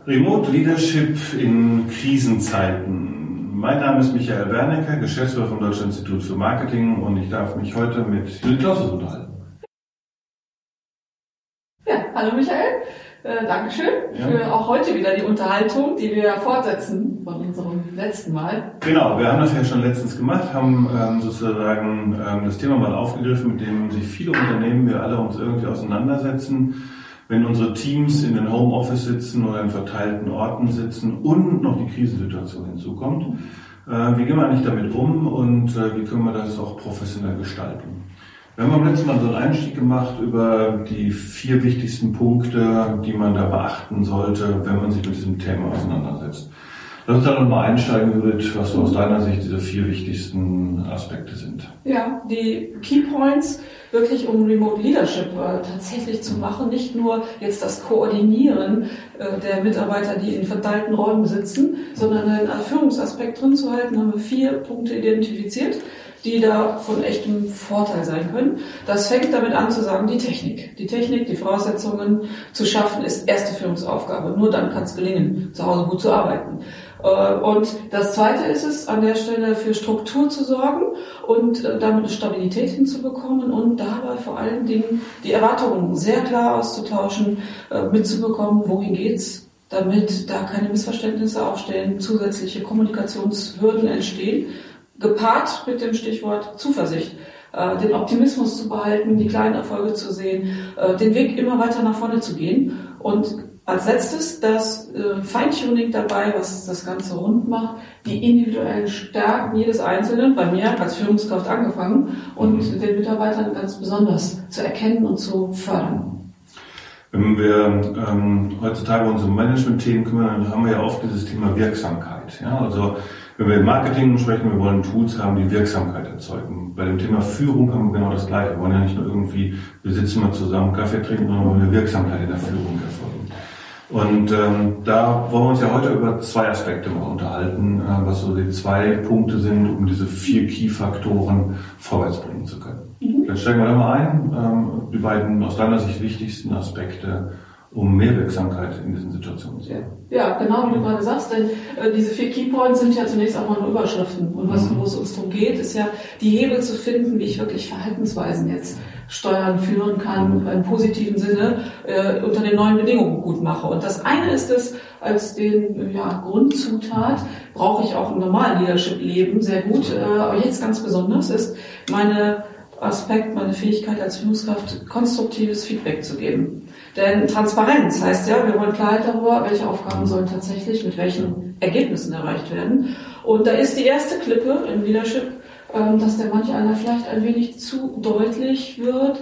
Remote Leadership in Krisenzeiten. Mein Name ist Michael Bernecker, Geschäftsführer vom Deutschen Institut für Marketing, und ich darf mich heute mit Judith Clausus unterhalten. Ja, hallo Michael, Dankeschön für auch heute wieder die Unterhaltung, die wir fortsetzen von unserem letzten Mal. Genau, wir haben das ja schon letztens gemacht, haben sozusagen das Thema mal aufgegriffen, mit dem sich viele Unternehmen, wir alle uns irgendwie auseinandersetzen, wenn unsere Teams in den Homeoffice sitzen oder in verteilten Orten sitzen und noch die Krisensituation hinzukommt. Wie gehen wir eigentlich damit um und wie können wir das auch professionell gestalten? Wir haben beim letzten Mal so einen Einstieg gemacht über die 4 wichtigsten Punkte, die man da beachten sollte, wenn man sich mit diesem Thema auseinandersetzt. Lass uns da nochmal einsteigen, Judith, was so aus deiner Sicht diese 4 wichtigsten Aspekte sind. Ja, die Key Points wirklich um Remote Leadership tatsächlich zu machen, nicht nur jetzt das Koordinieren der Mitarbeiter, die in verteilten Räumen sitzen, sondern einen Führungsaspekt drin zu halten, haben wir 4 Punkte identifiziert, die da von echtem Vorteil sein können. Das fängt damit an zu sagen, die Technik. Die Technik, die Voraussetzungen zu schaffen, ist erste Führungsaufgabe. Nur dann kann es gelingen, zu Hause gut zu arbeiten. Und das Zweite ist es, an der Stelle für Struktur zu sorgen und damit eine Stabilität hinzubekommen und dabei vor allen Dingen die Erwartungen sehr klar auszutauschen, mitzubekommen, wohin geht's, damit da keine Missverständnisse aufstehen, zusätzliche Kommunikationshürden entstehen, gepaart mit dem Stichwort Zuversicht. Den Optimismus zu behalten, die kleinen Erfolge zu sehen, den Weg immer weiter nach vorne zu gehen und als letztes das Feintuning dabei, was das Ganze rund macht, die individuellen Stärken jedes Einzelnen, bei mir als Führungskraft angefangen, und den Mitarbeitern ganz besonders zu erkennen und zu fördern. Wenn wir heutzutage uns um Management-Themen kümmern, dann haben wir ja oft dieses Thema Wirksamkeit. Ja? Also wenn wir im Marketing sprechen, wir wollen Tools haben, die Wirksamkeit erzeugen. Bei dem Thema Führung haben wir genau das Gleiche. Wir wollen ja nicht nur irgendwie, wir sitzen mal zusammen, Kaffee trinken, sondern wir wollen eine Wirksamkeit in der Führung erfolgen. Und da wollen wir uns ja heute über 2 Aspekte mal unterhalten, was so die 2 Punkte sind, um diese 4 Key-Faktoren vorwärts bringen zu können. Vielleicht steigen wir da mal ein, die beiden aus deiner Sicht wichtigsten Aspekte, um mehr Wirksamkeit in diesen Situationen zu haben. Ja, genau wie du gerade sagst, denn diese 4 Keypoints sind ja zunächst auch mal nur Überschriften. Und wo es uns darum geht, ist ja, die Hebel zu finden, wie ich wirklich Verhaltensweisen jetzt steuern, führen kann, im positiven Sinne, unter den neuen Bedingungen gut mache. Und das eine ist es, als den Grundzutat, brauche ich auch im normalen Leadership-Leben sehr gut, aber jetzt ganz besonders ist meine Fähigkeit als Führungskraft, konstruktives Feedback zu geben. Denn Transparenz heißt ja, wir wollen Klarheit darüber, welche Aufgaben sollen tatsächlich mit welchen Ergebnissen erreicht werden. Und da ist die erste Klippe im Leadership, dass der manch einer vielleicht ein wenig zu deutlich wird,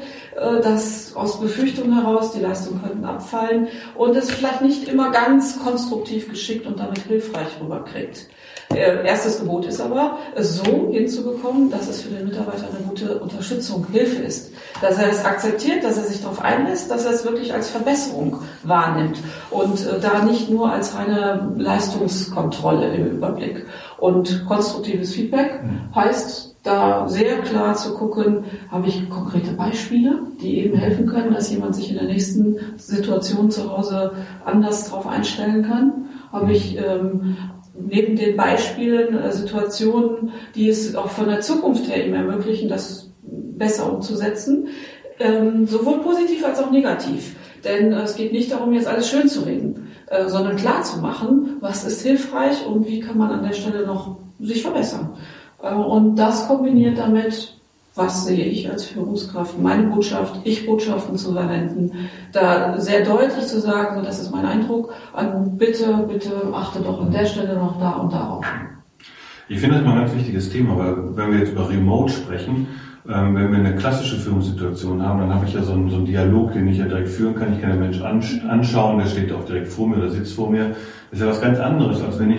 dass aus Befürchtung heraus die Leistungen könnten abfallen und es vielleicht nicht immer ganz konstruktiv geschickt und damit hilfreich rüberkriegt. Erstes Gebot ist aber, es so hinzubekommen, dass es für den Mitarbeiter eine gute Unterstützung, Hilfe ist. Dass er es akzeptiert, dass er sich darauf einlässt, dass er es wirklich als Verbesserung wahrnimmt und da nicht nur als reine Leistungskontrolle im Überblick. Und konstruktives Feedback heißt, da sehr klar zu gucken, habe ich konkrete Beispiele, die eben helfen können, dass jemand sich in der nächsten Situation zu Hause anders darauf einstellen kann. Habe ich neben den Beispielen Situationen, die es auch von der Zukunft her ihm ermöglichen, das besser umzusetzen, sowohl positiv als auch negativ. Denn es geht nicht darum, jetzt alles schön zu reden, sondern klar zu machen, was ist hilfreich und wie kann man an der Stelle noch sich verbessern. Und das kombiniert damit, was sehe ich als Führungskraft, meine Botschaft, Ich-Botschaften zu verwenden, da sehr deutlich zu sagen, so, das ist mein Eindruck, bitte achte doch an der Stelle noch da und darauf. Ich finde das mal ein ganz wichtiges Thema, weil wenn wir jetzt über Remote sprechen, wenn wir eine klassische Führungssituation haben, dann habe ich ja so einen Dialog, den ich ja direkt führen kann. Ich kann den Menschen anschauen, der steht auch direkt vor mir oder sitzt vor mir. Das ist ja was ganz anderes, als wenn ich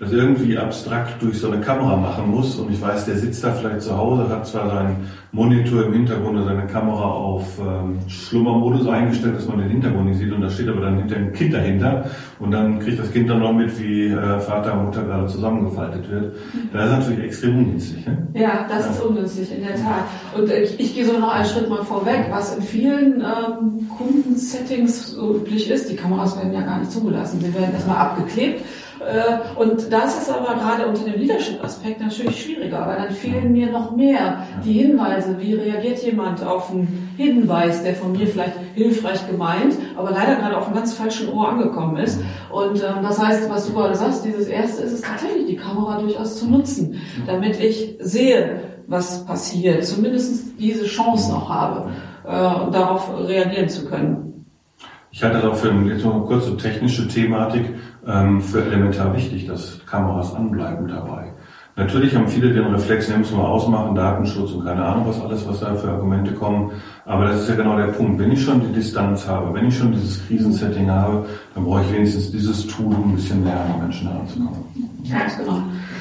das irgendwie abstrakt durch so eine Kamera machen muss. Und ich weiß, der sitzt da vielleicht zu Hause, hat zwar seinen Monitor im Hintergrund oder seine Kamera auf Schlummermodus eingestellt, dass man den Hintergrund nicht sieht. Und da steht aber dann hinter ein Kind dahinter. Und dann kriegt das Kind dann noch mit, wie Vater und Mutter gerade zusammengefaltet wird. Das ist natürlich extrem ungünstig. Ne? Ja, das ist ungünstig, in der Tat. Und ich gehe so noch einen Schritt mal vorweg, was in vielen Kundensettings so üblich ist. Die Kameras werden ja gar nicht zugelassen. Sie werden erstmal abgeklebt. Und das ist aber gerade unter dem Leadership-Aspekt natürlich schwieriger, weil dann fehlen mir noch mehr die Hinweise. Wie reagiert jemand auf einen Hinweis, der von mir vielleicht hilfreich gemeint, aber leider gerade auf einem ganz falschen Ohr angekommen ist. Und das heißt, was du gerade sagst, dieses Erste ist es tatsächlich, die Kamera durchaus zu nutzen, damit ich sehe, was passiert, zumindest diese Chance noch habe, darauf reagieren zu können. Ich halte das auch für jetzt noch eine kurze technische Thematik für elementar wichtig, dass Kameras anbleiben dabei. Natürlich haben viele den Reflex, den müssen wir ausmachen, Datenschutz und keine Ahnung was da für Argumente kommen. Aber das ist ja genau der Punkt. Wenn ich schon die Distanz habe, wenn ich schon dieses Krisensetting habe, dann brauche ich wenigstens dieses Tool, um ein bisschen näher an die Menschen heranzukommen. Ganz genau.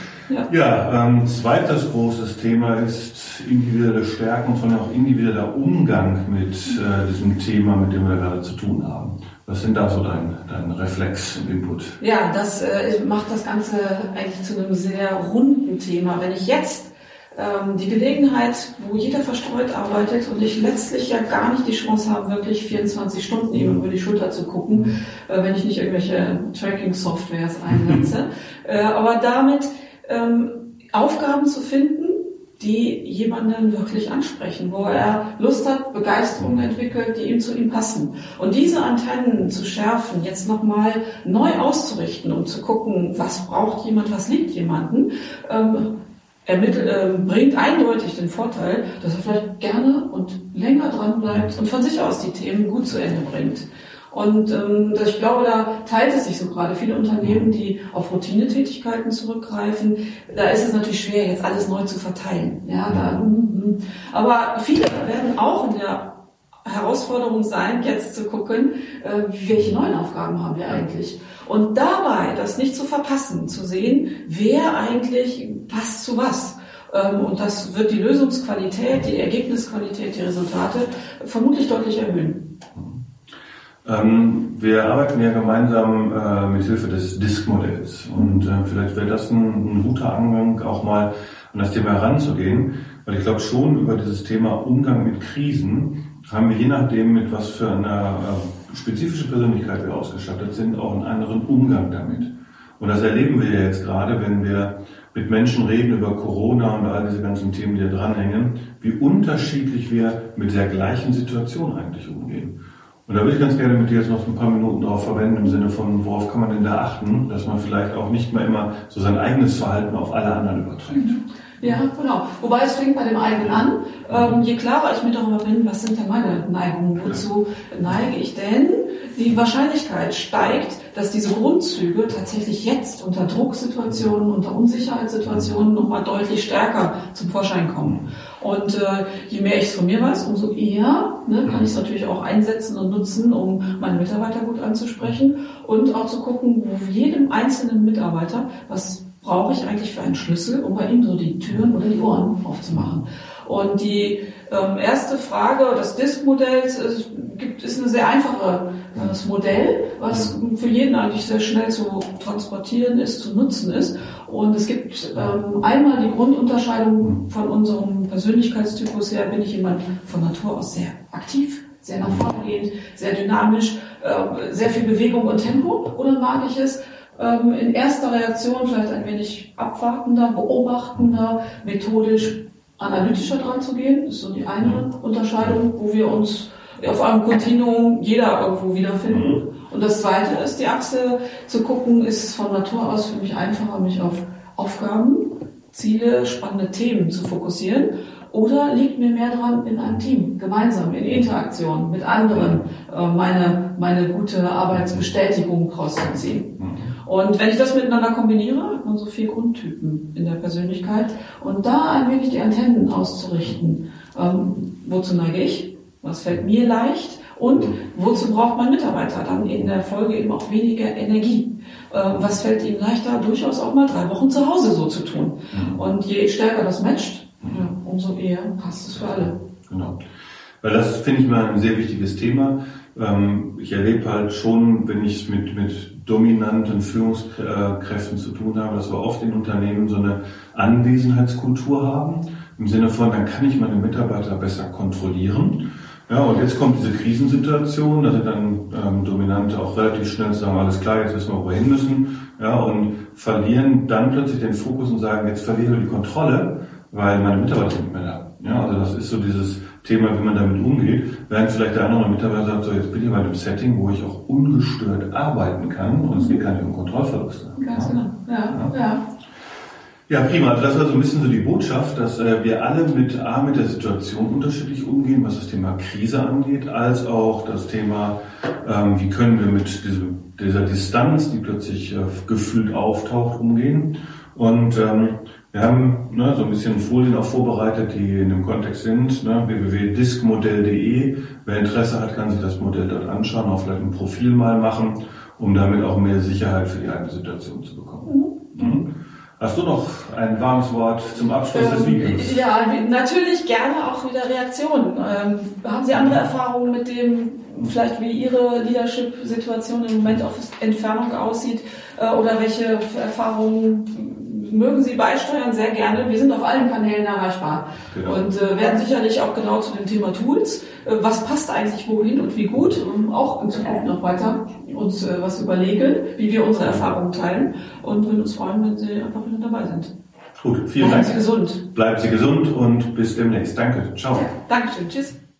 Zweites großes Thema ist individuelle Stärken und vor allem auch individueller Umgang mit diesem Thema, mit dem wir da gerade zu tun haben. Was sind da so dein Reflex und Input? Ja, das macht das Ganze eigentlich zu einem sehr runden Thema. Wenn ich jetzt die Gelegenheit, wo jeder verstreut arbeitet und ich letztlich ja gar nicht die Chance habe, wirklich 24 Stunden ihm über die Schulter zu gucken, wenn ich nicht irgendwelche Tracking-Softwares einsetze, aber damit Aufgaben zu finden, die jemanden wirklich ansprechen, wo er Lust hat, Begeisterung entwickelt, die zu ihm passen. Und diese Antennen zu schärfen, jetzt nochmal neu auszurichten, um zu gucken, was braucht jemand, was liegt jemanden, bringt eindeutig den Vorteil, dass er vielleicht gerne und länger dran bleibt und von sich aus die Themen gut zu Ende bringt. Und ich glaube, da teilt es sich so gerade. Viele Unternehmen, die auf Routinetätigkeiten zurückgreifen, da ist es natürlich schwer, jetzt alles neu zu verteilen. Ja, aber viele werden auch in der Herausforderung sein, jetzt zu gucken, welche neuen Aufgaben haben wir eigentlich. Und dabei das nicht zu verpassen, zu sehen, wer eigentlich passt zu was. Und das wird die Lösungsqualität, die Ergebnisqualität, die Resultate vermutlich deutlich erhöhen. Wir arbeiten ja gemeinsam mit Hilfe des DISC-Modells und vielleicht wäre das ein guter Angang, auch mal an das Thema heranzugehen, weil ich glaube schon über dieses Thema Umgang mit Krisen haben wir je nachdem, mit was für einer spezifischen Persönlichkeit wir ausgestattet sind, auch einen anderen Umgang damit. Und das erleben wir ja jetzt gerade, wenn wir mit Menschen reden über Corona und all diese ganzen Themen, die da dranhängen, wie unterschiedlich wir mit der gleichen Situation eigentlich umgehen. Und da würde ich ganz gerne mit dir jetzt noch ein paar Minuten darauf verwenden, im Sinne von, worauf kann man denn da achten, dass man vielleicht auch nicht mehr immer so sein eigenes Verhalten auf alle anderen überträgt. Ja, genau. Wobei es fängt bei dem eigenen an. Je klarer ich mir darüber bin, was sind denn meine Neigungen, wozu neige ich denn, die Wahrscheinlichkeit steigt, dass diese Grundzüge tatsächlich jetzt unter Drucksituationen, unter Unsicherheitssituationen nochmal deutlich stärker zum Vorschein kommen. Und je mehr ich es von mir weiß, umso eher kann ich es natürlich auch einsetzen und nutzen, um meine Mitarbeiter gut anzusprechen und auch zu gucken, wo jedem einzelnen Mitarbeiter, was brauche ich eigentlich für einen Schlüssel, um bei ihm so die Türen oder die Ohren aufzumachen. Und die erste Frage des DISC-Modells ist eine sehr einfaches Modell, was für jeden eigentlich sehr schnell zu transportieren ist, zu nutzen ist. Und es gibt einmal die Grundunterscheidung von unserem Persönlichkeitstypus her, bin ich jemand von Natur aus sehr aktiv, sehr nach vorne gehend, sehr dynamisch, sehr viel Bewegung und Tempo, oder mag ich es, in erster Reaktion vielleicht ein wenig abwartender, beobachtender, methodisch analytischer dran zu gehen. Das ist so die eine Unterscheidung, wo wir uns auf einem Kontinuum jeder irgendwo wiederfinden. Und das zweite ist die Achse zu gucken, ist es von Natur aus für mich einfacher, mich auf Aufgaben, Ziele, spannende Themen zu fokussieren, oder liegt mir mehr dran, in einem Team, gemeinsam, in Interaktion mit anderen, meine gute Arbeitsbestätigung rauszuziehen. Und wenn ich das miteinander kombiniere, hat man so 4 Grundtypen in der Persönlichkeit. Und da ein wenig die Antennen auszurichten. Wozu neige ich? Was fällt mir leicht? Und wozu braucht mein Mitarbeiter dann in der Folge eben auch weniger Energie? Was fällt ihm leichter, durchaus auch mal 3 Wochen zu Hause so zu tun? Und je stärker das matcht, umso eher passt es für alle. Genau. Weil das finde ich mal ein sehr wichtiges Thema. Ich erlebe halt schon, wenn ich mit dominanten Führungskräften zu tun habe, dass wir oft in Unternehmen so eine Anwesenheitskultur haben. Im Sinne von, dann kann ich meine Mitarbeiter besser kontrollieren. Ja, und jetzt kommt diese Krisensituation, da sind dann Dominante auch relativ schnell zu sagen, alles klar, jetzt wissen wir, wo wir hin müssen. Ja, und verlieren dann plötzlich den Fokus und sagen, jetzt verlieren wir die Kontrolle, weil meine Mitarbeiter sind nicht mehr da. Ja, also das ist so dieses Thema, wie man damit umgeht. Während vielleicht der andere Mitarbeiter sagt, so jetzt bin ich bei einem Setting, wo ich auch ungestört arbeiten kann und es geht gar nicht um Kontrollverluste. Ganz genau, ja. Ja, prima. Also das war so ein bisschen so die Botschaft, dass wir alle mit der Situation unterschiedlich umgehen, was das Thema Krise angeht, als auch das Thema, wie können wir mit dieser Distanz, die plötzlich gefühlt auftaucht, umgehen. Und wir haben so ein bisschen Folien auch vorbereitet, die in dem Kontext sind, www.diskmodell.de. Wer Interesse hat, kann sich das Modell dort anschauen, auch vielleicht ein Profil mal machen, um damit auch mehr Sicherheit für die eigene Situation zu bekommen. Hast du noch ein warmes Wort zum Abschluss des Videos? Ja, natürlich gerne auch wieder Reaktionen. Haben Sie andere Erfahrungen mit dem, vielleicht wie Ihre Leadership-Situation im Moment auf Entfernung aussieht? Oder welche Erfahrungen mögen Sie beisteuern? Sehr gerne. Wir sind auf allen Kanälen erreichbar. Genau. Und werden sicherlich auch genau zu dem Thema Tools. Was passt eigentlich wohin und wie gut? Auch in Zukunft noch weiter uns was überlegen, wie wir unsere Erfahrungen teilen. Und würden uns freuen, wenn Sie einfach wieder dabei sind. Gut, vielen Dank. Bleiben Sie gesund. Bleiben Sie gesund und bis demnächst. Danke. Ciao. Ja, Dankeschön. Tschüss.